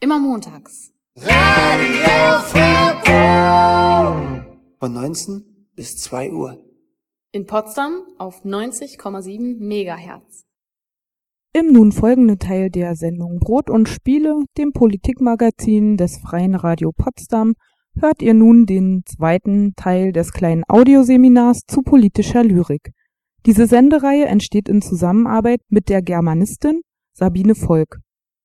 Immer montags. Radio Feuerborn. Von 19 bis 2 Uhr. In Potsdam auf 90,7 Megahertz. Im nun folgenden Teil der Sendung Brot und Spiele, dem Politikmagazin des Freien Radio Potsdam, hört ihr nun den zweiten Teil des kleinen Audioseminars zu politischer Lyrik. Diese Sendereihe entsteht in Zusammenarbeit mit der Germanistin Sabine Volk.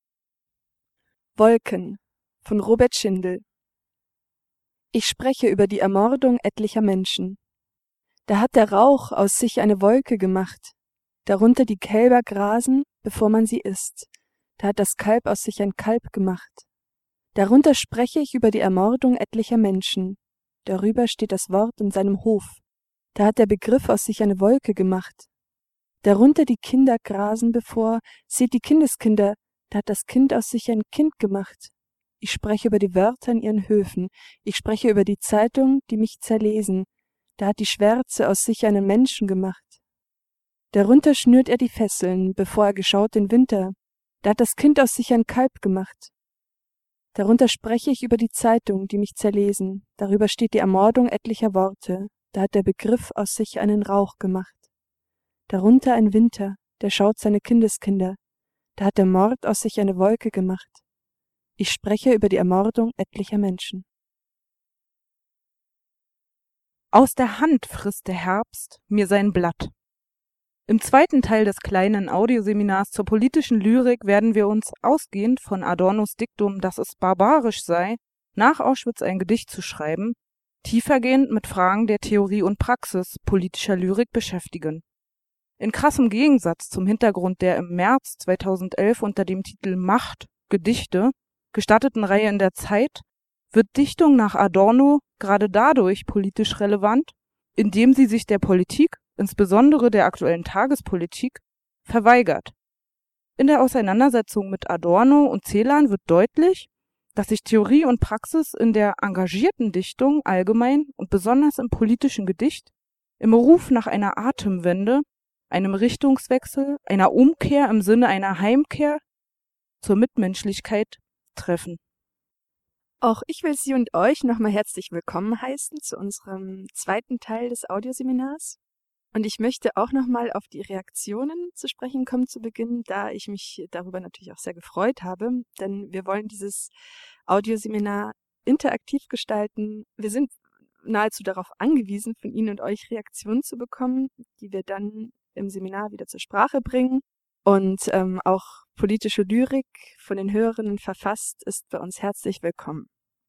Wolken von Robert Schindel. Ich spreche über die Ermordung etlicher Menschen. Da hat der Rauch aus sich eine Wolke gemacht, darunter die Kälber grasen, bevor man sie isst. Da hat das Kalb aus sich ein Kalb gemacht. Darunter spreche ich über die Ermordung etlicher Menschen. Darüber steht das Wort in seinem Hof. Da hat der Begriff aus sich eine Wolke gemacht. Darunter die Kinder grasen, bevor, seht die Kindeskinder, da hat das Kind aus sich ein Kind gemacht. Ich spreche über die Wörter in ihren Höfen. Ich spreche über die Zeitung, die mich zerlesen. Da hat die Schwärze aus sich einen Menschen gemacht. Darunter schnürt er die Fesseln, bevor er geschaut den Winter. Da hat das Kind aus sich ein Kalb gemacht. Darunter spreche ich über die Zeitung, die mich zerlesen. Darüber steht die Ermordung etlicher Worte. Da hat der Begriff aus sich einen Rauch gemacht. Darunter ein Winter, der schaut seine Kindeskinder. Da hat der Mord aus sich eine Wolke gemacht. Ich spreche über die Ermordung etlicher Menschen. Aus der Hand frisst der Herbst mir sein Blatt. Im zweiten Teil des kleinen Audioseminars zur politischen Lyrik werden wir uns, ausgehend von Adornos Diktum, dass es barbarisch sei, nach Auschwitz ein Gedicht zu schreiben, tiefergehend mit Fragen der Theorie und Praxis politischer Lyrik beschäftigen. In krassem Gegensatz zum Hintergrund der im März 2011 unter dem Titel Macht Gedichte gestarteten Reihe in der Zeit wird Dichtung nach Adorno gerade dadurch politisch relevant, indem sie sich der Politik, insbesondere der aktuellen Tagespolitik, verweigert. In der Auseinandersetzung mit Adorno und Celan wird deutlich, dass sich Theorie und Praxis in der engagierten Dichtung allgemein und besonders im politischen Gedicht im Ruf nach einer Atemwende, einem Richtungswechsel, einer Umkehr im Sinne einer Heimkehr zur Mitmenschlichkeit treffen. Auch ich will Sie und euch nochmal herzlich willkommen heißen zu unserem zweiten Teil des Audioseminars. Und ich möchte auch nochmal auf die Reaktionen zu sprechen kommen zu Beginn, da ich mich darüber natürlich auch sehr gefreut habe, denn wir wollen dieses Audioseminar interaktiv gestalten. Wir sind nahezu darauf angewiesen, von Ihnen und euch Reaktionen zu bekommen, die wir dann im Seminar wieder zur Sprache bringen. Und auch politische Lyrik von den Hörerinnen verfasst ist bei uns herzlich willkommen.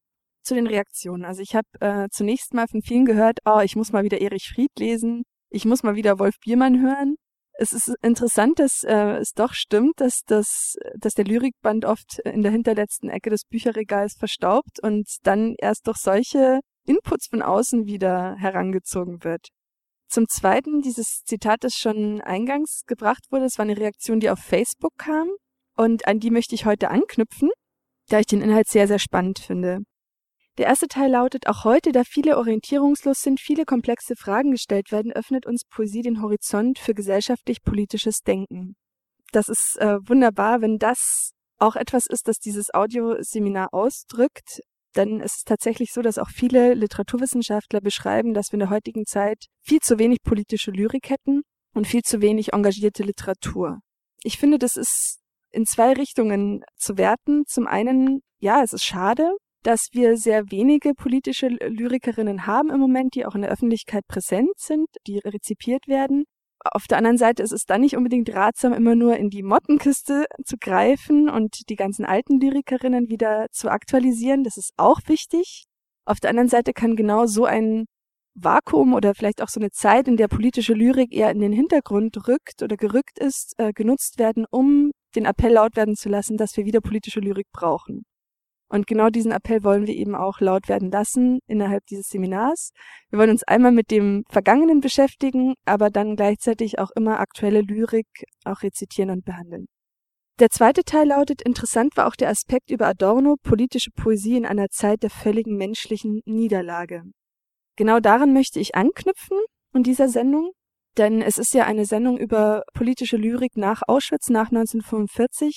Zu den Reaktionen. Also ich habe zunächst mal von vielen gehört, ich muss mal wieder Erich Fried lesen, ich muss mal wieder Wolf Biermann hören. Es ist interessant, dass es doch stimmt, dass der Lyrikband oft in der hinterletzten Ecke des Bücherregals verstaubt und dann erst durch solche Inputs von außen wieder herangezogen wird. Zum Zweiten, dieses Zitat, das schon eingangs gebracht wurde, es war eine Reaktion, die auf Facebook kam und an die möchte ich heute anknüpfen, da ich den Inhalt sehr, sehr spannend finde. Der erste Teil lautet, auch heute, da viele orientierungslos sind, viele komplexe Fragen gestellt werden, öffnet uns Poesie den Horizont für gesellschaftlich-politisches Denken. Das ist wunderbar, wenn das auch etwas ist, das dieses Audioseminar ausdrückt. Denn es ist tatsächlich so, dass auch viele Literaturwissenschaftler beschreiben, dass wir in der heutigen Zeit viel zu wenig politische Lyrik hätten und viel zu wenig engagierte Literatur. Ich finde, das ist in zwei Richtungen zu werten. Zum einen, ja, es ist schade, dass wir sehr wenige politische Lyrikerinnen haben im Moment, die auch in der Öffentlichkeit präsent sind, die rezipiert werden. Auf der anderen Seite ist es dann nicht unbedingt ratsam, immer nur in die Mottenkiste zu greifen und die ganzen alten Lyrikerinnen wieder zu aktualisieren. Das ist auch wichtig. Auf der anderen Seite kann genau so ein Vakuum oder vielleicht auch so eine Zeit, in der politische Lyrik eher in den Hintergrund rückt oder gerückt ist, genutzt werden, um den Appell laut werden zu lassen, dass wir wieder politische Lyrik brauchen. Und genau diesen Appell wollen wir eben auch laut werden lassen innerhalb dieses Seminars. Wir wollen uns einmal mit dem Vergangenen beschäftigen, aber dann gleichzeitig auch immer aktuelle Lyrik auch rezitieren und behandeln. Der zweite Teil lautet, interessant war auch der Aspekt über Adorno, politische Poesie in einer Zeit der völligen menschlichen Niederlage. Genau daran möchte ich anknüpfen in dieser Sendung, denn es ist ja eine Sendung über politische Lyrik nach Auschwitz, nach 1945.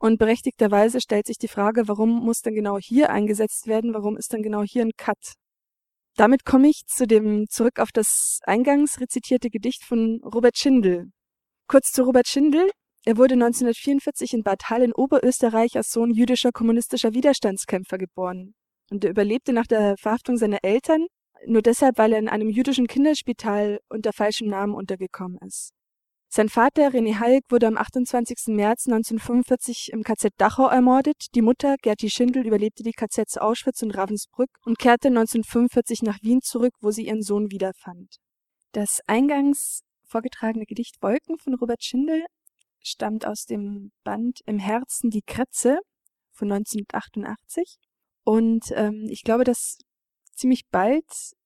Und berechtigterweise stellt sich die Frage, warum muss denn genau hier eingesetzt werden? Warum ist denn genau hier ein Cut? Damit komme ich zurück auf das eingangs rezitierte Gedicht von Robert Schindel. Kurz zu Robert Schindel. Er wurde 1944 in Bad Hall in Oberösterreich als Sohn jüdischer kommunistischer Widerstandskämpfer geboren. Und er überlebte nach der Verhaftung seiner Eltern, nur deshalb, weil er in einem jüdischen Kinderspital unter falschem Namen untergekommen ist. Sein Vater, René Halk, wurde am 28. März 1945 im KZ Dachau ermordet. Die Mutter, Gerti Schindel, überlebte die KZs Auschwitz und Ravensbrück und kehrte 1945 nach Wien zurück, wo sie ihren Sohn wiederfand. Das eingangs vorgetragene Gedicht Wolken von Robert Schindel stammt aus dem Band Im Herzen die Kretze von 1988. Und ich glaube, dass ziemlich bald,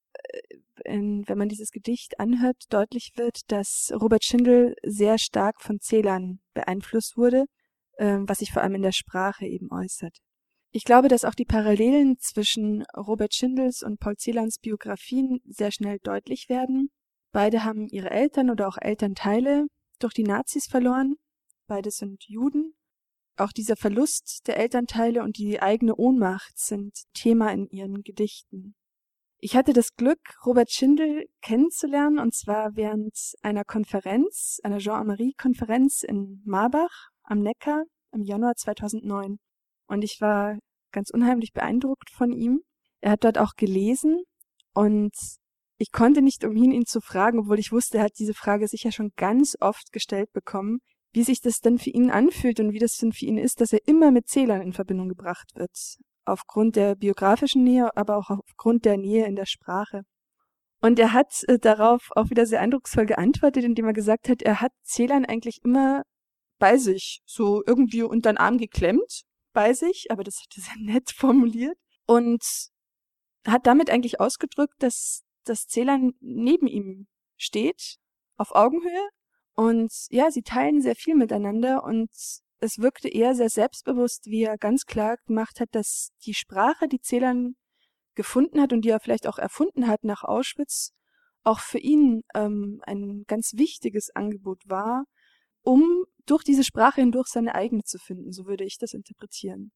wenn man dieses Gedicht anhört, deutlich wird, dass Robert Schindel sehr stark von Celan beeinflusst wurde, was sich vor allem in der Sprache eben äußert. Ich glaube, dass auch die Parallelen zwischen Robert Schindels und Paul Celans Biografien sehr schnell deutlich werden. Beide haben ihre Eltern oder auch Elternteile durch die Nazis verloren. Beide sind Juden. Auch dieser Verlust der Elternteile und die eigene Ohnmacht sind Thema in ihren Gedichten. Ich hatte das Glück, Robert Schindel kennenzulernen, und zwar während einer Konferenz, einer Jean-Marie-Konferenz in Marbach am Neckar im Januar 2009. Und ich war ganz unheimlich beeindruckt von ihm. Er hat dort auch gelesen und ich konnte nicht umhin, ihn zu fragen, obwohl ich wusste, er hat diese Frage sicher schon ganz oft gestellt bekommen, wie sich das denn für ihn anfühlt und wie das denn für ihn ist, dass er immer mit Celan in Verbindung gebracht wird. Aufgrund der biografischen Nähe, aber auch aufgrund der Nähe in der Sprache. Und er hat darauf auch wieder sehr eindrucksvoll geantwortet, indem er gesagt hat, er hat Celan eigentlich immer bei sich, so irgendwie unter den Arm geklemmt bei sich, aber das hat er sehr nett formuliert und hat damit eigentlich ausgedrückt, dass Celan neben ihm steht, auf Augenhöhe. Und ja, sie teilen sehr viel miteinander und es wirkte eher sehr selbstbewusst, wie er ganz klar gemacht hat, dass die Sprache, die Celan gefunden hat und die er vielleicht auch erfunden hat nach Auschwitz, auch für ihn ein ganz wichtiges Angebot war, um durch diese Sprache hindurch seine eigene zu finden. So würde ich das interpretieren.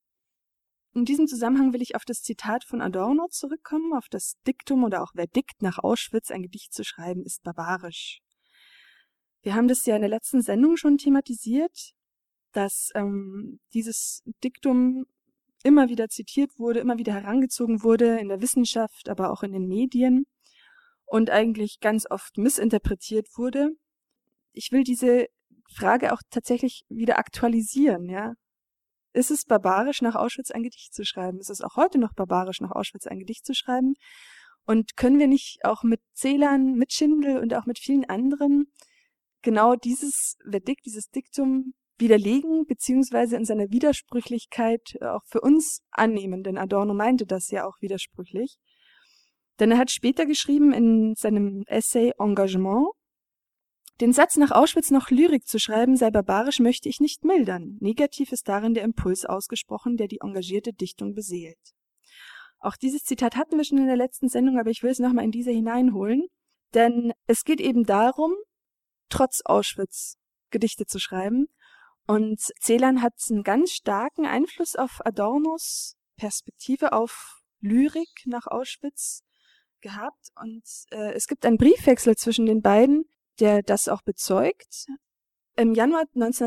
In diesem Zusammenhang will ich auf das Zitat von Adorno zurückkommen, auf das Diktum oder auch Verdikt nach Auschwitz, ein Gedicht zu schreiben, ist barbarisch. Wir haben das ja in der letzten Sendung schon thematisiert, dass dieses Diktum immer wieder zitiert wurde, immer wieder herangezogen wurde in der Wissenschaft, aber auch in den Medien und eigentlich ganz oft missinterpretiert wurde. Ich will diese Frage auch tatsächlich wieder aktualisieren, ja. Ist es barbarisch, nach Auschwitz ein Gedicht zu schreiben? Ist es auch heute noch barbarisch, nach Auschwitz ein Gedicht zu schreiben? Und können wir nicht auch mit Celan, mit Schindel und auch mit vielen anderen genau dieses Verdikt, dieses Diktum widerlegen, beziehungsweise in seiner Widersprüchlichkeit auch für uns annehmen, denn Adorno meinte das ja auch widersprüchlich. Denn er hat später geschrieben in seinem Essay Engagement, den Satz nach Auschwitz noch Lyrik zu schreiben sei barbarisch, möchte ich nicht mildern. Negativ ist darin der Impuls ausgesprochen, der die engagierte Dichtung beseelt. Auch dieses Zitat hatten wir schon in der letzten Sendung, aber ich will es nochmal in diese hineinholen, denn es geht eben darum, trotz Auschwitz Gedichte zu schreiben. Und Celan hat einen ganz starken Einfluss auf Adornos Perspektive auf Lyrik nach Auschwitz gehabt. Und es gibt einen Briefwechsel zwischen den beiden, der das auch bezeugt. Im Januar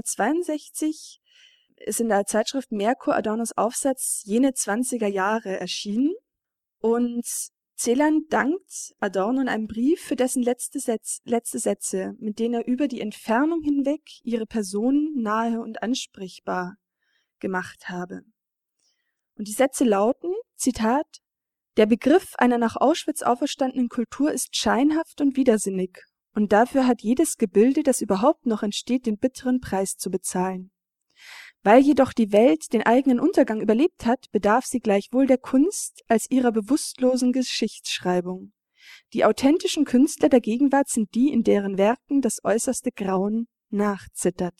1962 ist in der Zeitschrift Merkur Adornos Aufsatz Jene 20er Jahre erschienen. Und Celan dankt Adorno in einem Brief für dessen letzte Sätze, mit denen er über die Entfernung hinweg ihre Person nahe und ansprechbar gemacht habe. Und die Sätze lauten, Zitat, der Begriff einer nach Auschwitz auferstandenen Kultur ist scheinhaft und widersinnig, und dafür hat jedes Gebilde, das überhaupt noch entsteht, den bitteren Preis zu bezahlen. Weil jedoch die Welt den eigenen Untergang überlebt hat, bedarf sie gleichwohl der Kunst als ihrer bewusstlosen Geschichtsschreibung. Die authentischen Künstler der Gegenwart sind die, in deren Werken das äußerste Grauen nachzittert.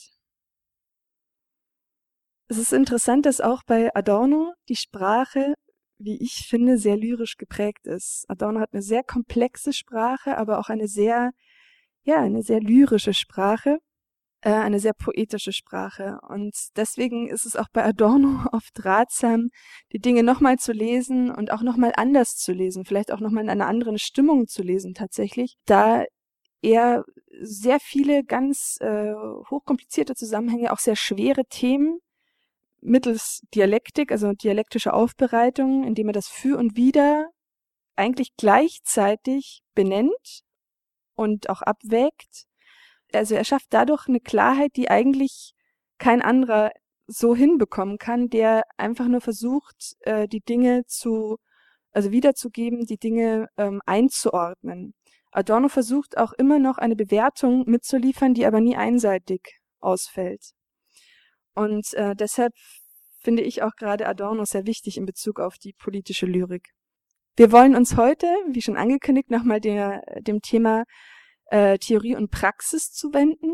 Es ist interessant, dass auch bei Adorno die Sprache, wie ich finde, sehr lyrisch geprägt ist. Adorno hat eine sehr komplexe Sprache, aber auch eine sehr lyrische Sprache. eine sehr poetische Sprache. Und deswegen ist es auch bei Adorno oft ratsam, die Dinge nochmal zu lesen und auch nochmal anders zu lesen, vielleicht auch nochmal in einer anderen Stimmung zu lesen tatsächlich, da er sehr viele ganz hochkomplizierte Zusammenhänge, auch sehr schwere Themen mittels Dialektik, also dialektische Aufbereitung, indem er das Für und Wider eigentlich gleichzeitig benennt und auch abwägt. Also er schafft dadurch eine Klarheit, die eigentlich kein anderer so hinbekommen kann, der einfach nur versucht, die Dinge wiederzugeben, die Dinge einzuordnen. Adorno versucht auch immer noch eine Bewertung mitzuliefern, die aber nie einseitig ausfällt. Und deshalb finde ich auch gerade Adorno sehr wichtig in Bezug auf die politische Lyrik. Wir wollen uns heute, wie schon angekündigt, nochmal dem Thema Theorie und Praxis zuwenden.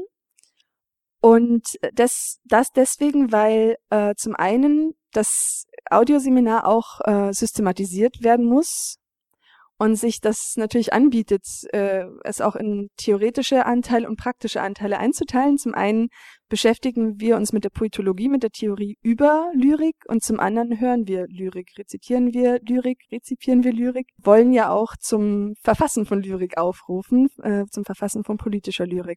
Und das deswegen, weil zum einen das Audioseminar auch systematisiert werden muss und sich das natürlich anbietet, es auch in theoretische Anteile und praktische Anteile einzuteilen. Zum einen beschäftigen wir uns mit der Poetologie, mit der Theorie über Lyrik und zum anderen hören wir Lyrik, rezipieren wir Lyrik, wollen ja auch zum Verfassen von Lyrik aufrufen, zum Verfassen von politischer Lyrik.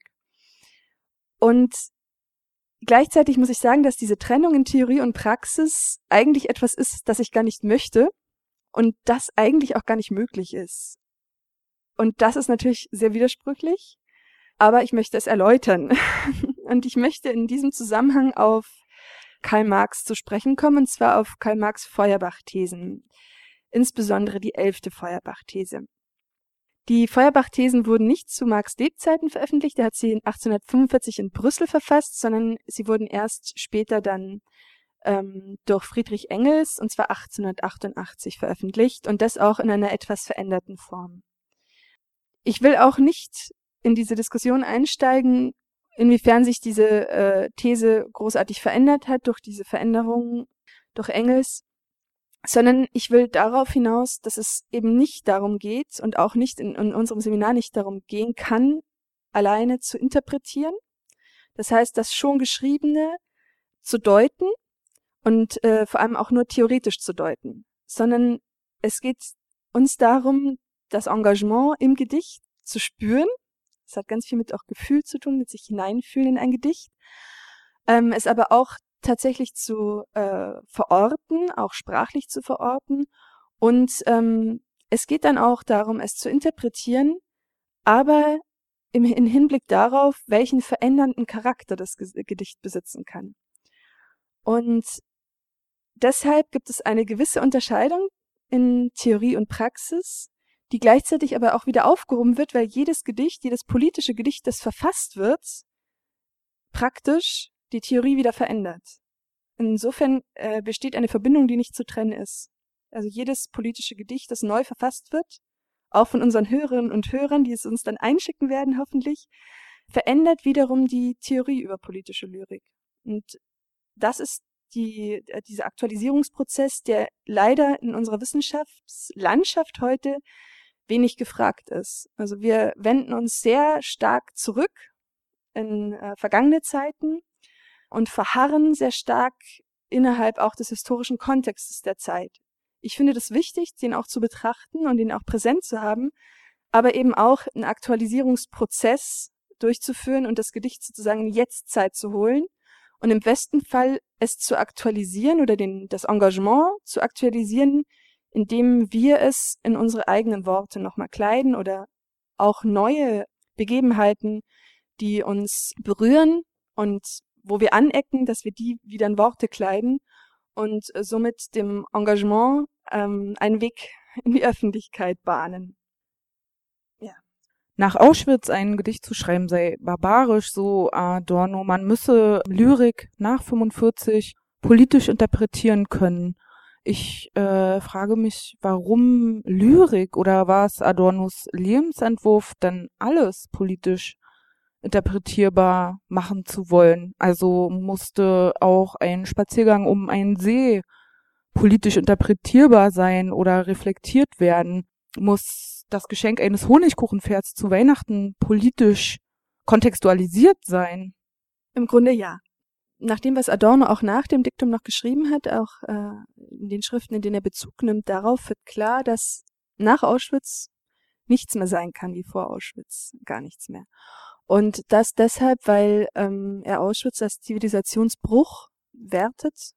Und gleichzeitig muss ich sagen, dass diese Trennung in Theorie und Praxis eigentlich etwas ist, das ich gar nicht möchte und das eigentlich auch gar nicht möglich ist. Und das ist natürlich sehr widersprüchlich, aber ich möchte es erläutern. Und ich möchte in diesem Zusammenhang auf Karl Marx zu sprechen kommen, und zwar auf Karl Marx' Feuerbach-Thesen, insbesondere die 11. Feuerbach-These. Die Feuerbach-Thesen wurden nicht zu Marx' Lebzeiten veröffentlicht, er hat sie 1845 in Brüssel verfasst, sondern sie wurden erst später dann durch Friedrich Engels, und zwar 1888 veröffentlicht, und das auch in einer etwas veränderten Form. Ich will auch nicht in diese Diskussion einsteigen, inwiefern sich diese These großartig verändert hat durch diese Veränderungen durch Engels, sondern ich will darauf hinaus, dass es eben nicht darum geht und auch nicht in unserem Seminar nicht darum gehen kann, alleine zu interpretieren. Das heißt, das schon Geschriebene zu deuten und vor allem auch nur theoretisch zu deuten, sondern es geht uns darum, das Engagement im Gedicht zu spüren. Das hat ganz viel mit auch Gefühl zu tun, mit sich hineinfühlen in ein Gedicht. Es aber auch tatsächlich zu verorten, auch sprachlich zu verorten. Und es geht dann auch darum, es zu interpretieren, aber im Hinblick darauf, welchen verändernden Charakter das Gedicht besitzen kann. Und deshalb gibt es eine gewisse Unterscheidung in Theorie und Praxis, die gleichzeitig aber auch wieder aufgehoben wird, weil jedes Gedicht, jedes politische Gedicht, das verfasst wird, praktisch die Theorie wieder verändert. Insofern besteht eine Verbindung, die nicht zu trennen ist. Also jedes politische Gedicht, das neu verfasst wird, auch von unseren Hörerinnen und Hörern, die es uns dann einschicken werden hoffentlich, verändert wiederum die Theorie über politische Lyrik. Und das ist dieser Aktualisierungsprozess, der leider in unserer Wissenschaftslandschaft heute wenig gefragt ist. Also wir wenden uns sehr stark zurück in vergangene Zeiten und verharren sehr stark innerhalb auch des historischen Kontextes der Zeit. Ich finde das wichtig, den auch zu betrachten und den auch präsent zu haben, aber eben auch einen Aktualisierungsprozess durchzuführen und das Gedicht sozusagen in die Jetztzeit zu holen und im besten Fall es zu aktualisieren oder das Engagement zu aktualisieren, indem wir es in unsere eigenen Worte nochmal kleiden oder auch neue Begebenheiten, die uns berühren und wo wir anecken, dass wir die wieder in Worte kleiden und somit dem Engagement einen Weg in die Öffentlichkeit bahnen. Ja. Nach Auschwitz ein Gedicht zu schreiben sei barbarisch, so Adorno. Man müsse Lyrik nach 45 politisch interpretieren können. Ich frage mich, warum Lyrik oder war es Adornos Lebensentwurf, dann alles politisch interpretierbar machen zu wollen? Also musste auch ein Spaziergang um einen See politisch interpretierbar sein oder reflektiert werden? Muss das Geschenk eines Honigkuchenpferds zu Weihnachten politisch kontextualisiert sein? Im Grunde ja. Nach dem, was Adorno auch nach dem Diktum noch geschrieben hat, auch in den Schriften, in denen er Bezug nimmt, darauf wird klar, dass nach Auschwitz nichts mehr sein kann wie vor Auschwitz, gar nichts mehr. Und das deshalb, weil er Auschwitz als Zivilisationsbruch wertet.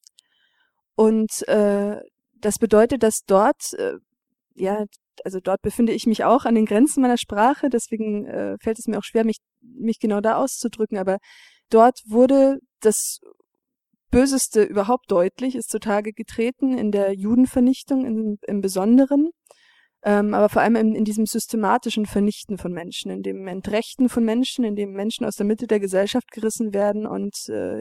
Und das bedeutet, dass dort, also dort befinde ich mich auch an den Grenzen meiner Sprache, deswegen fällt es mir auch schwer, mich genau da auszudrücken, aber dort wurde das Böseste überhaupt deutlich, ist zutage getreten in der Judenvernichtung im Besonderen, aber vor allem in diesem systematischen Vernichten von Menschen, in dem Entrechten von Menschen, in dem Menschen aus der Mitte der Gesellschaft gerissen werden und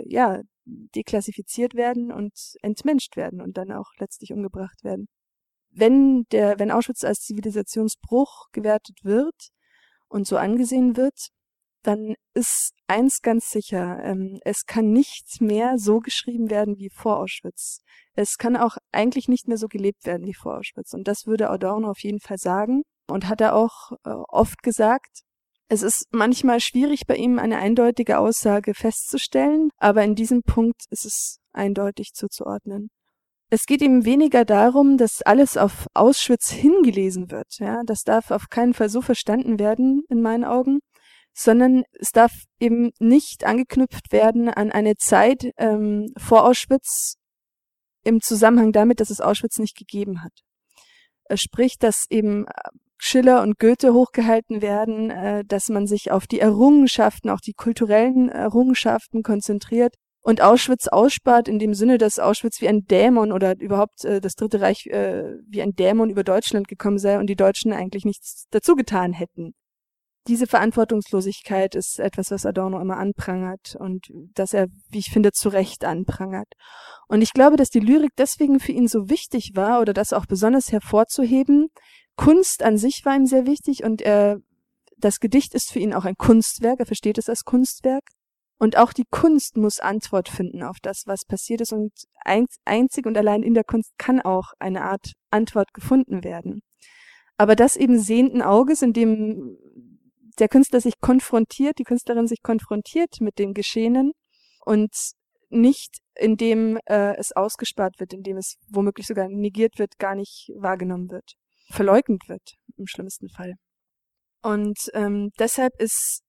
deklassifiziert werden und entmenscht werden und dann auch letztlich umgebracht werden. Wenn Auschwitz als Zivilisationsbruch gewertet wird und so angesehen wird, dann ist eins ganz sicher, es kann nicht mehr so geschrieben werden wie vor Auschwitz. Es kann auch eigentlich nicht mehr so gelebt werden wie vor Auschwitz. Und das würde Adorno auf jeden Fall sagen und hat er auch oft gesagt. Es ist manchmal schwierig, bei ihm eine eindeutige Aussage festzustellen, aber in diesem Punkt ist es eindeutig zuzuordnen. Es geht ihm weniger darum, dass alles auf Auschwitz hingelesen wird. Ja, das darf auf keinen Fall so verstanden werden, in meinen Augen, sondern es darf eben nicht angeknüpft werden an eine Zeit vor Auschwitz im Zusammenhang damit, dass es Auschwitz nicht gegeben hat. Sprich, dass eben Schiller und Goethe hochgehalten werden, dass man sich auf die Errungenschaften, auch die kulturellen Errungenschaften konzentriert und Auschwitz ausspart in dem Sinne, dass Auschwitz wie ein Dämon oder überhaupt das Dritte Reich wie ein Dämon über Deutschland gekommen sei und die Deutschen eigentlich nichts dazu getan hätten. Diese Verantwortungslosigkeit ist etwas, was Adorno immer anprangert und das er, wie ich finde, zu Recht anprangert. Und ich glaube, dass die Lyrik deswegen für ihn so wichtig war oder das auch besonders hervorzuheben. Kunst an sich war ihm sehr wichtig und das Gedicht ist für ihn auch ein Kunstwerk, er versteht es als Kunstwerk. Und auch die Kunst muss Antwort finden auf das, was passiert ist und einzig und allein in der Kunst kann auch eine Art Antwort gefunden werden. Aber das eben sehenden Auges, in dem der Künstler sich konfrontiert, die Künstlerin sich konfrontiert mit dem Geschehenen und nicht, indem es ausgespart wird, indem es womöglich sogar negiert wird, gar nicht wahrgenommen wird, verleugnet wird, im schlimmsten Fall. Und deshalb ist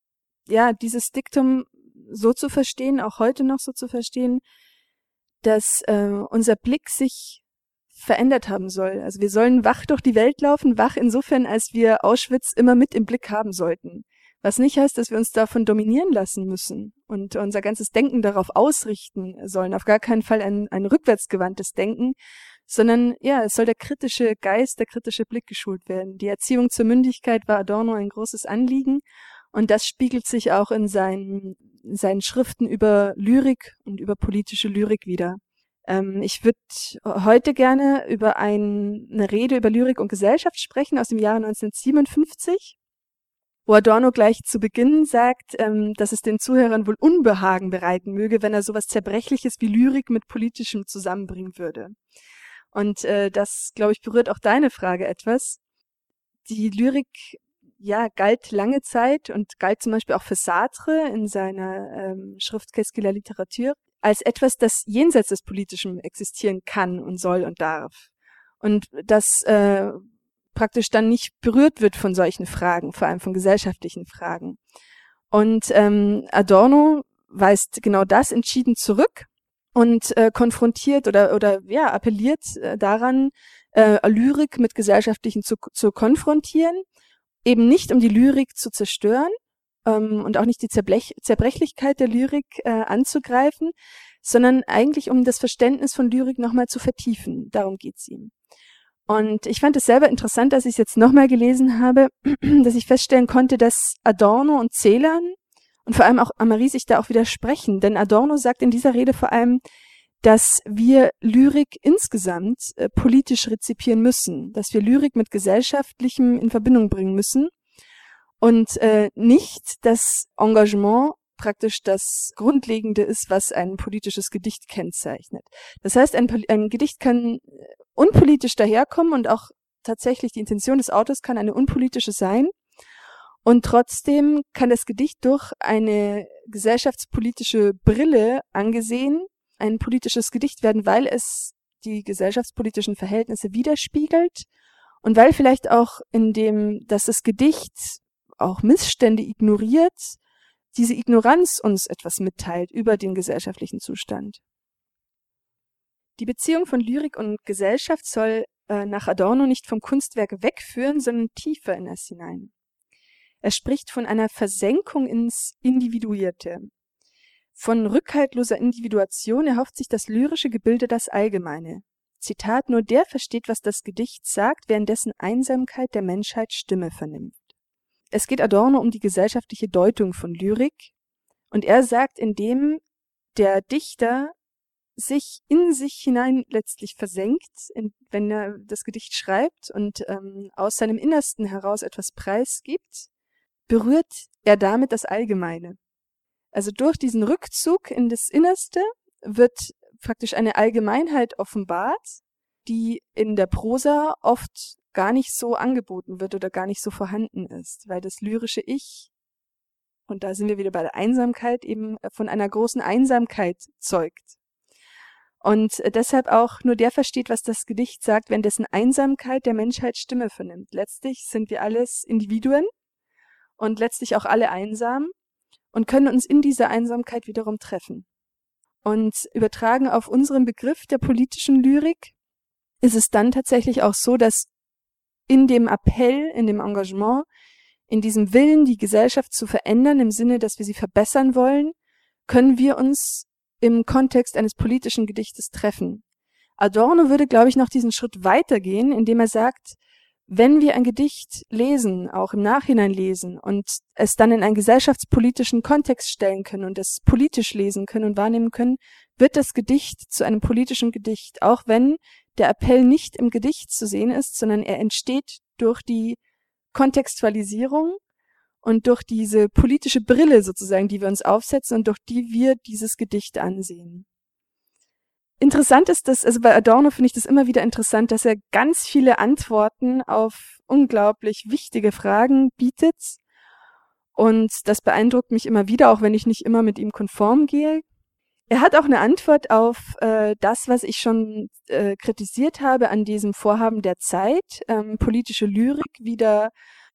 dieses Diktum so zu verstehen, auch heute noch so zu verstehen, dass unser Blick sich verändert haben soll. Also wir sollen wach durch die Welt laufen, wach insofern, als wir Auschwitz immer mit im Blick haben sollten. Was nicht heißt, dass wir uns davon dominieren lassen müssen und unser ganzes Denken darauf ausrichten sollen. Auf gar keinen Fall ein rückwärtsgewandtes Denken, sondern es soll der kritische Geist, der kritische Blick geschult werden. Die Erziehung zur Mündigkeit war Adorno ein großes Anliegen und das spiegelt sich auch in seinen Schriften über Lyrik und über politische Lyrik wider. Ich würde heute gerne über eine Rede über Lyrik und Gesellschaft sprechen aus dem Jahre 1957, wo Adorno gleich zu Beginn sagt, dass es den Zuhörern wohl Unbehagen bereiten möge, wenn er sowas Zerbrechliches wie Lyrik mit Politischem zusammenbringen würde. Und das, glaube ich, berührt auch deine Frage etwas. Die Lyrik galt lange Zeit und galt zum Beispiel auch für Sartre in seiner Schrift Qu'est-ce que la littérature als etwas, das jenseits des Politischen existieren kann und soll und darf. Und das praktisch dann nicht berührt wird von solchen Fragen, vor allem von gesellschaftlichen Fragen. Und Adorno weist genau das entschieden zurück und konfrontiert oder appelliert daran, Lyrik mit Gesellschaftlichen zu konfrontieren, eben nicht um die Lyrik zu zerstören, und auch nicht die Zerbrechlichkeit der Lyrik anzugreifen, sondern eigentlich um das Verständnis von Lyrik nochmal zu vertiefen. Darum geht's ihm. Und ich fand es selber interessant, dass ich es jetzt nochmal gelesen habe, dass ich feststellen konnte, dass Adorno und Celan und vor allem auch Amari sich da auch widersprechen. Denn Adorno sagt in dieser Rede vor allem, dass wir Lyrik insgesamt politisch rezipieren müssen, dass wir Lyrik mit Gesellschaftlichem in Verbindung bringen müssen. Und nicht das Engagement praktisch das Grundlegende ist, was ein politisches Gedicht kennzeichnet. Das heißt, ein Gedicht kann unpolitisch daherkommen und auch tatsächlich die Intention des Autors kann eine unpolitische sein. Und trotzdem kann das Gedicht durch eine gesellschaftspolitische Brille angesehen, ein politisches Gedicht werden, weil es die gesellschaftspolitischen Verhältnisse widerspiegelt und weil vielleicht auch dass das Gedicht auch Missstände ignoriert, diese Ignoranz uns etwas mitteilt über den gesellschaftlichen Zustand. Die Beziehung von Lyrik und Gesellschaft soll nach Adorno nicht vom Kunstwerk wegführen, sondern tiefer in es hinein. Er spricht von einer Versenkung ins Individuierte. Von rückhaltloser Individuation erhofft sich das lyrische Gebilde das Allgemeine. Zitat: Nur der versteht, was das Gedicht sagt, wer in dessen Einsamkeit der Menschheit Stimme vernimmt. Es geht Adorno um die gesellschaftliche Deutung von Lyrik und er sagt, indem der Dichter sich in sich hinein letztlich versenkt, wenn er das Gedicht schreibt und aus seinem Innersten heraus etwas preisgibt, berührt er damit das Allgemeine. Also durch diesen Rückzug in das Innerste wird praktisch eine Allgemeinheit offenbart, die in der Prosa oft gar nicht so angeboten wird oder gar nicht so vorhanden ist, weil das lyrische Ich, und da sind wir wieder bei der Einsamkeit, eben von einer großen Einsamkeit zeugt. Und deshalb auch nur der versteht, was das Gedicht sagt, wenn dessen Einsamkeit der Menschheit Stimme vernimmt. Letztlich sind wir alles Individuen und letztlich auch alle einsam und können uns in dieser Einsamkeit wiederum treffen. Und übertragen auf unseren Begriff der politischen Lyrik ist es dann tatsächlich auch so, dass in dem Appell, in dem Engagement, in diesem Willen, die Gesellschaft zu verändern, im Sinne, dass wir sie verbessern wollen, können wir uns im Kontext eines politischen Gedichtes treffen. Adorno würde, glaube ich, noch diesen Schritt weitergehen, indem er sagt, wenn wir ein Gedicht lesen, auch im Nachhinein lesen und es dann in einen gesellschaftspolitischen Kontext stellen können und es politisch lesen können und wahrnehmen können, wird das Gedicht zu einem politischen Gedicht, auch wenn der Appell nicht im Gedicht zu sehen ist, sondern er entsteht durch die Kontextualisierung und durch diese politische Brille sozusagen, die wir uns aufsetzen und durch die wir dieses Gedicht ansehen. Interessant ist das, also bei Adorno finde ich das immer wieder interessant, dass er ganz viele Antworten auf unglaublich wichtige Fragen bietet. Und das beeindruckt mich immer wieder, auch wenn ich nicht immer mit ihm konform gehe. Er hat auch eine Antwort auf das, was ich schon kritisiert habe an diesem Vorhaben der Zeit, politische Lyrik wieder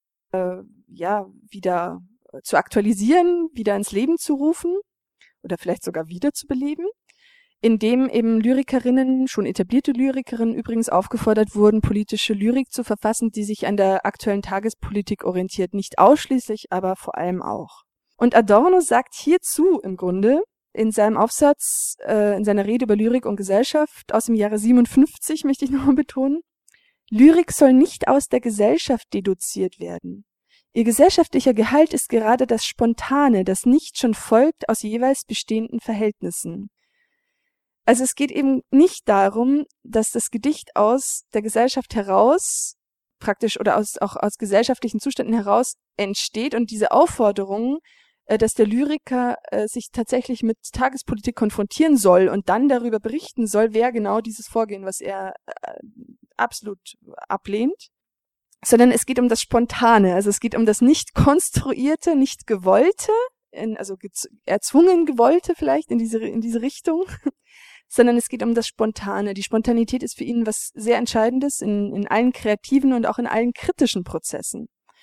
zu aktualisieren, wieder ins Leben zu rufen oder vielleicht sogar wiederzubeleben, indem eben Lyrikerinnen, schon etablierte Lyrikerinnen übrigens aufgefordert wurden, politische Lyrik zu verfassen, die sich an der aktuellen Tagespolitik orientiert. Nicht ausschließlich, aber vor allem auch. Und Adorno sagt hierzu im Grunde in seinem Aufsatz, in seiner Rede über Lyrik und Gesellschaft aus dem Jahre 57, möchte ich nochmal betonen, Lyrik soll nicht aus der Gesellschaft deduziert werden. Ihr gesellschaftlicher Gehalt ist gerade das Spontane, das nicht schon folgt aus jeweils bestehenden Verhältnissen. Also es geht eben nicht darum, dass das Gedicht aus der Gesellschaft heraus praktisch oder auch aus gesellschaftlichen Zuständen heraus entsteht und diese Aufforderung, dass der Lyriker sich tatsächlich mit Tagespolitik konfrontieren soll und dann darüber berichten soll, wer genau dieses Vorgehen, was er absolut ablehnt, sondern es geht um das Spontane, also es geht um das nicht konstruierte, nicht gewollte, also erzwungen gewollte vielleicht in diese Richtung, sondern es geht um das Spontane. Die Spontanität ist für ihn was sehr Entscheidendes in allen kreativen und auch in allen kritischen Prozessen.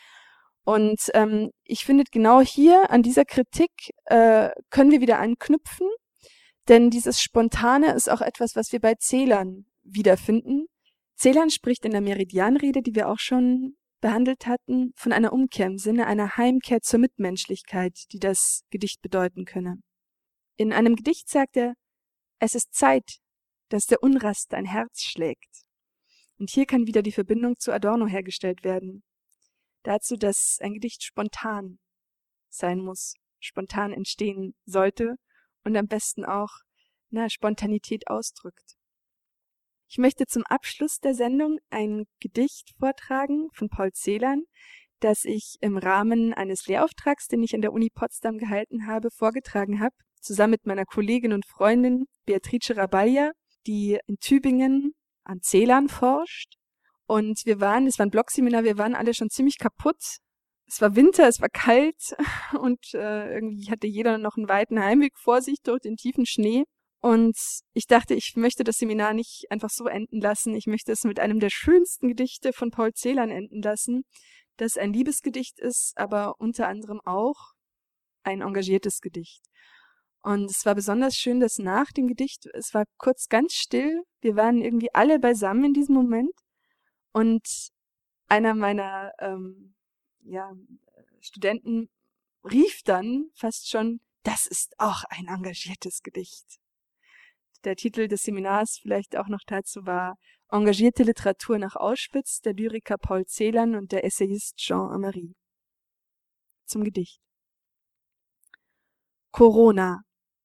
Und ich finde, genau hier an dieser Kritik können wir wieder anknüpfen, denn dieses Spontane ist auch etwas, was wir bei Celan wiederfinden. Celan spricht in der Meridianrede, die wir auch schon behandelt hatten, von einer Umkehr im Sinne einer Heimkehr zur Mitmenschlichkeit, die das Gedicht bedeuten könne. In einem Gedicht sagt er, es ist Zeit, dass der Unrast dein Herz schlägt. Und hier kann wieder die Verbindung zu Adorno hergestellt werden. Dazu, dass ein Gedicht spontan sein muss, spontan entstehen sollte und am besten auch Spontanität ausdrückt. Ich möchte zum Abschluss der Sendung ein Gedicht vortragen von Paul Celan, das ich im Rahmen eines Lehrauftrags, den ich an der Uni Potsdam gehalten habe, vorgetragen habe, zusammen mit meiner Kollegin und Freundin Beatrice Rabaglia, die in Tübingen an Celan forscht. Und es war ein Blogseminar, wir waren alle schon ziemlich kaputt Es war Winter, es war kalt und irgendwie hatte jeder noch einen weiten Heimweg vor sich durch den tiefen Schnee. Und ich dachte, ich möchte das Seminar nicht einfach so enden lassen. Ich möchte es mit einem der schönsten Gedichte von Paul Celan enden lassen, das ein Liebesgedicht ist, aber unter anderem auch ein engagiertes Gedicht. Und es war besonders schön, dass nach dem Gedicht, es war kurz ganz still, wir waren irgendwie alle beisammen in diesem Moment. Und einer meiner Studenten rief dann fast schon, das ist auch ein engagiertes Gedicht. Der Titel des Seminars vielleicht auch noch dazu war Engagierte Literatur nach Auschwitz, der Lyriker Paul Celan und der Essayist Jean Amery. Zum Gedicht. Corona.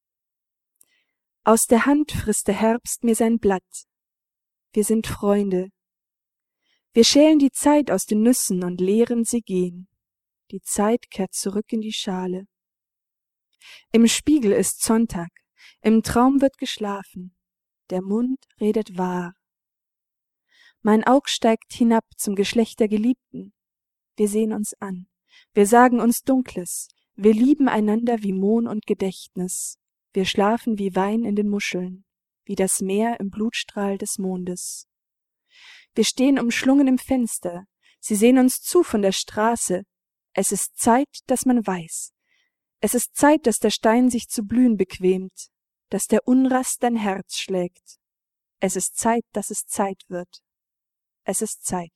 Aus der Hand frisst der Herbst mir sein Blatt. Wir sind Freunde. Wir schälen die Zeit aus den Nüssen und leeren sie gehen. Die Zeit kehrt zurück in die Schale. Im Spiegel ist Sonntag, im Traum wird geschlafen, der Mund redet wahr. Mein Aug steigt hinab zum Geschlecht der Geliebten. Wir sehen uns an, wir sagen uns Dunkles, wir lieben einander wie Mohn und Gedächtnis, wir schlafen wie Wein in den Muscheln, wie das Meer im Blutstrahl des Mondes. Wir stehen umschlungen im Fenster, sie sehen uns zu von der Straße. Es ist Zeit, dass man weiß. Es ist Zeit, dass der Stein sich zu blühen bequemt, dass der Unrast dein Herz schlägt. Es ist Zeit, dass es Zeit wird. Es ist Zeit.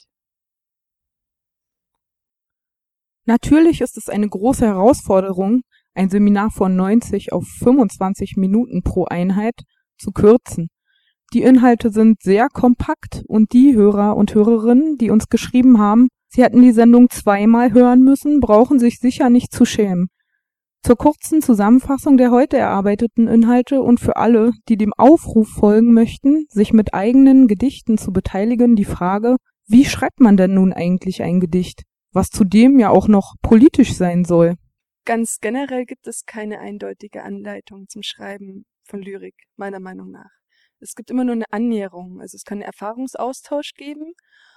Natürlich ist es eine große Herausforderung, ein Seminar von 90 auf 25 Minuten pro Einheit zu kürzen. Die Inhalte sind sehr kompakt und die Hörer und Hörerinnen, die uns geschrieben haben, sie hätten die Sendung zweimal hören müssen, brauchen sich sicher nicht zu schämen. Zur kurzen Zusammenfassung der heute erarbeiteten Inhalte und für alle, die dem Aufruf folgen möchten, sich mit eigenen Gedichten zu beteiligen, die Frage, wie schreibt man denn nun eigentlich ein Gedicht, was zudem ja auch noch politisch sein soll? Ganz generell gibt es keine eindeutige Anleitung zum Schreiben von Lyrik, meiner Meinung nach. Es gibt immer nur eine Annäherung, also es kann einen Erfahrungsaustausch geben.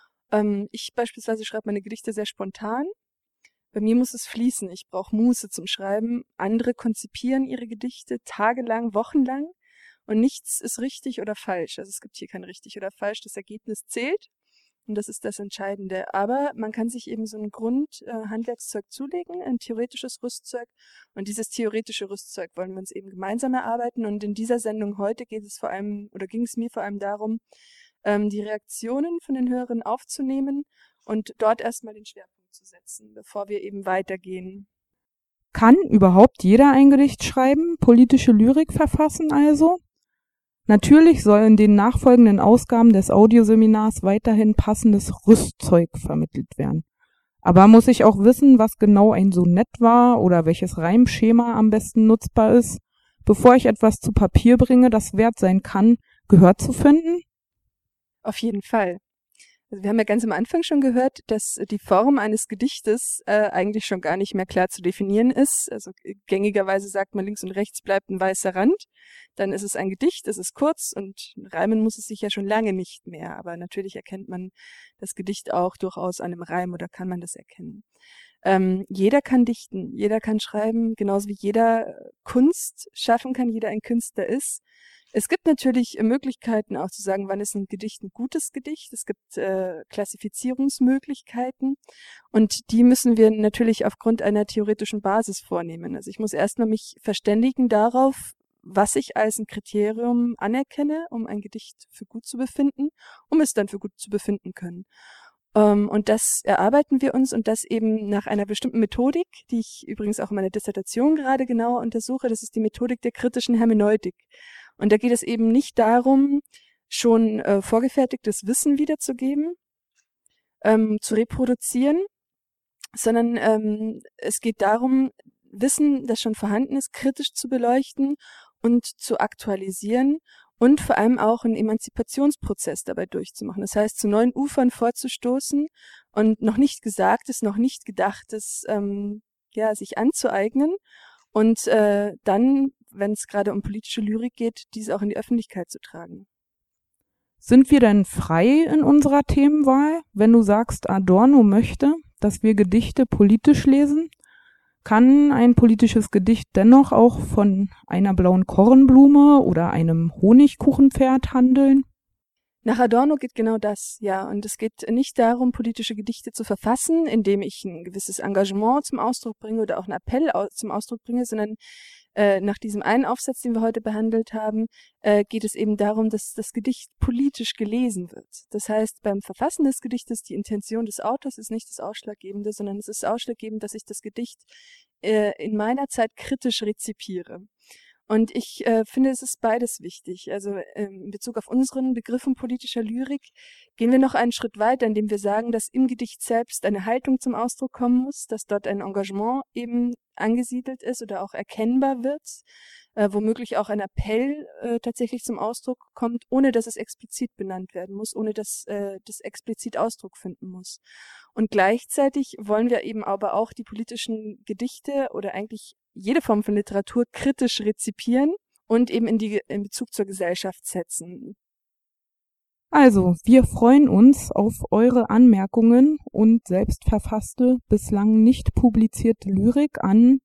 Ich beispielsweise schreibe meine Gedichte sehr spontan. Bei mir muss es fließen, ich brauche Muße zum Schreiben. Andere konzipieren ihre Gedichte tagelang, wochenlang und nichts ist richtig oder falsch. Also es gibt hier kein richtig oder falsch, das Ergebnis zählt und das ist das Entscheidende. Aber man kann sich eben so ein Grundhandwerkszeug zulegen, ein theoretisches Rüstzeug und dieses theoretische Rüstzeug wollen wir uns eben gemeinsam erarbeiten und in dieser Sendung heute ging es mir vor allem darum, die Reaktionen von den Hörern aufzunehmen und dort erstmal den Schwerpunkt zu setzen, bevor wir eben weitergehen. Kann überhaupt jeder ein Gedicht schreiben, politische Lyrik verfassen also? Natürlich soll in den nachfolgenden Ausgaben des Audioseminars weiterhin passendes Rüstzeug vermittelt werden. Aber muss ich auch wissen, was genau ein Sonett war oder welches Reimschema am besten nutzbar ist, bevor ich etwas zu Papier bringe, das wert sein kann, Gehör zu finden? Auf jeden Fall. Also wir haben ja ganz am Anfang schon gehört, dass die Form eines Gedichtes eigentlich schon gar nicht mehr klar zu definieren ist. Also gängigerweise sagt man, links und rechts bleibt ein weißer Rand. Dann ist es ein Gedicht, es ist kurz und reimen muss es sich ja schon lange nicht mehr. Aber natürlich erkennt man das Gedicht auch durchaus an einem Reim oder kann man das erkennen. Jeder kann dichten, jeder kann schreiben, genauso wie jeder Kunst schaffen kann, jeder ein Künstler ist. Es gibt natürlich Möglichkeiten auch zu sagen, wann ist ein Gedicht ein gutes Gedicht. Es gibt Klassifizierungsmöglichkeiten und die müssen wir natürlich aufgrund einer theoretischen Basis vornehmen. Also ich muss erstmal mich verständigen darauf, was ich als ein Kriterium anerkenne, um ein Gedicht für gut zu befinden, um es dann für gut zu befinden können. Und das erarbeiten wir uns und das eben nach einer bestimmten Methodik, die ich übrigens auch in meiner Dissertation gerade genauer untersuche. Das ist die Methodik der kritischen Hermeneutik. Und da geht es eben nicht darum, schon vorgefertigtes Wissen wiederzugeben, zu reproduzieren, sondern es geht darum, Wissen, das schon vorhanden ist, kritisch zu beleuchten und zu aktualisieren und vor allem auch einen Emanzipationsprozess dabei durchzumachen. Das heißt, zu neuen Ufern vorzustoßen und noch nicht Gesagtes, noch nicht Gedachtes sich anzueignen und dann, wenn es gerade um politische Lyrik geht, diese auch in die Öffentlichkeit zu tragen. Sind wir denn frei in unserer Themenwahl? Wenn du sagst, Adorno möchte, dass wir Gedichte politisch lesen? Kann ein politisches Gedicht dennoch auch von einer blauen Kornblume oder einem Honigkuchenpferd handeln? Nach Adorno geht genau das, ja. Und es geht nicht darum, politische Gedichte zu verfassen, indem ich ein gewisses Engagement zum Ausdruck bringe oder auch einen Appell zum Ausdruck bringe, sondern nach diesem einen Aufsatz, den wir heute behandelt haben, geht es eben darum, dass das Gedicht politisch gelesen wird. Das heißt, beim Verfassen des Gedichtes, die Intention des Autors ist nicht das Ausschlaggebende, sondern es ist ausschlaggebend, dass ich das Gedicht in meiner Zeit kritisch rezipiere. Und ich finde, es ist beides wichtig. Also in Bezug auf unseren Begriff von politischer Lyrik gehen wir noch einen Schritt weiter, indem wir sagen, dass im Gedicht selbst eine Haltung zum Ausdruck kommen muss, dass dort ein Engagement eben angesiedelt ist oder auch erkennbar wird, womöglich auch ein Appell tatsächlich zum Ausdruck kommt, ohne dass es explizit benannt werden muss, ohne dass das explizit Ausdruck finden muss. Und gleichzeitig wollen wir eben aber auch die politischen Gedichte oder eigentlich jede Form von Literatur kritisch rezipieren und eben in Bezug zur Gesellschaft setzen. Also, wir freuen uns auf eure Anmerkungen und selbstverfasste, bislang nicht publizierte Lyrik an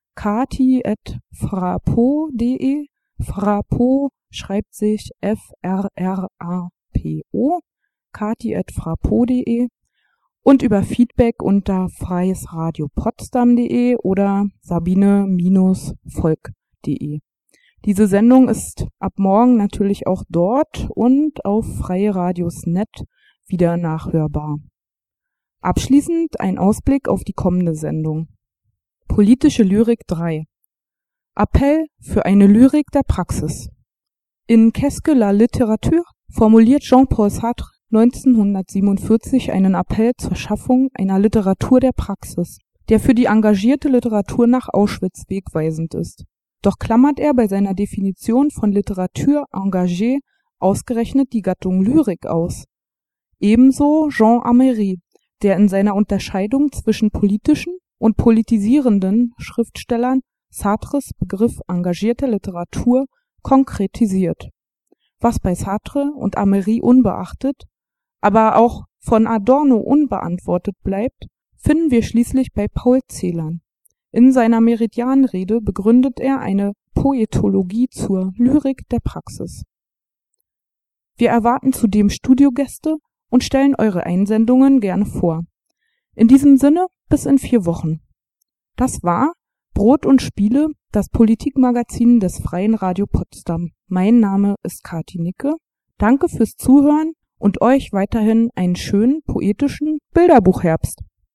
kati@frapo.de. Frapo schreibt sich F-R-R-A-P-O, kati@frapo.de und über Feedback unter freiesradiopotsdam.de oder sabine-volk.de. Diese Sendung ist ab morgen natürlich auch dort und auf freieradios.net wieder nachhörbar. Abschließend ein Ausblick auf die kommende Sendung. Politische Lyrik 3. Appell für eine Lyrik der Praxis. In Qu'est-ce que la littérature formuliert Jean-Paul Sartre 1947 einen Appell zur Schaffung einer Literatur der Praxis, der für die engagierte Literatur nach Auschwitz wegweisend ist. Doch klammert er bei seiner Definition von Literatur engagée ausgerechnet die Gattung Lyrik aus. Ebenso Jean Améry, der in seiner Unterscheidung zwischen politischen und politisierenden Schriftstellern Sartres Begriff engagierter Literatur konkretisiert. Was bei Sartre und Améry unbeachtet, aber auch von Adorno unbeantwortet bleibt, finden wir schließlich bei Paul Celan. In seiner Meridianrede begründet er eine Poetologie zur Lyrik der Praxis. Wir erwarten zudem Studiogäste und stellen eure Einsendungen gerne vor. In diesem Sinne, bis in 4 Wochen. Das war Brot und Spiele, das Politikmagazin des Freien Radio Potsdam. Mein Name ist Kati Nicke. Danke fürs Zuhören und euch weiterhin einen schönen poetischen Bilderbuchherbst.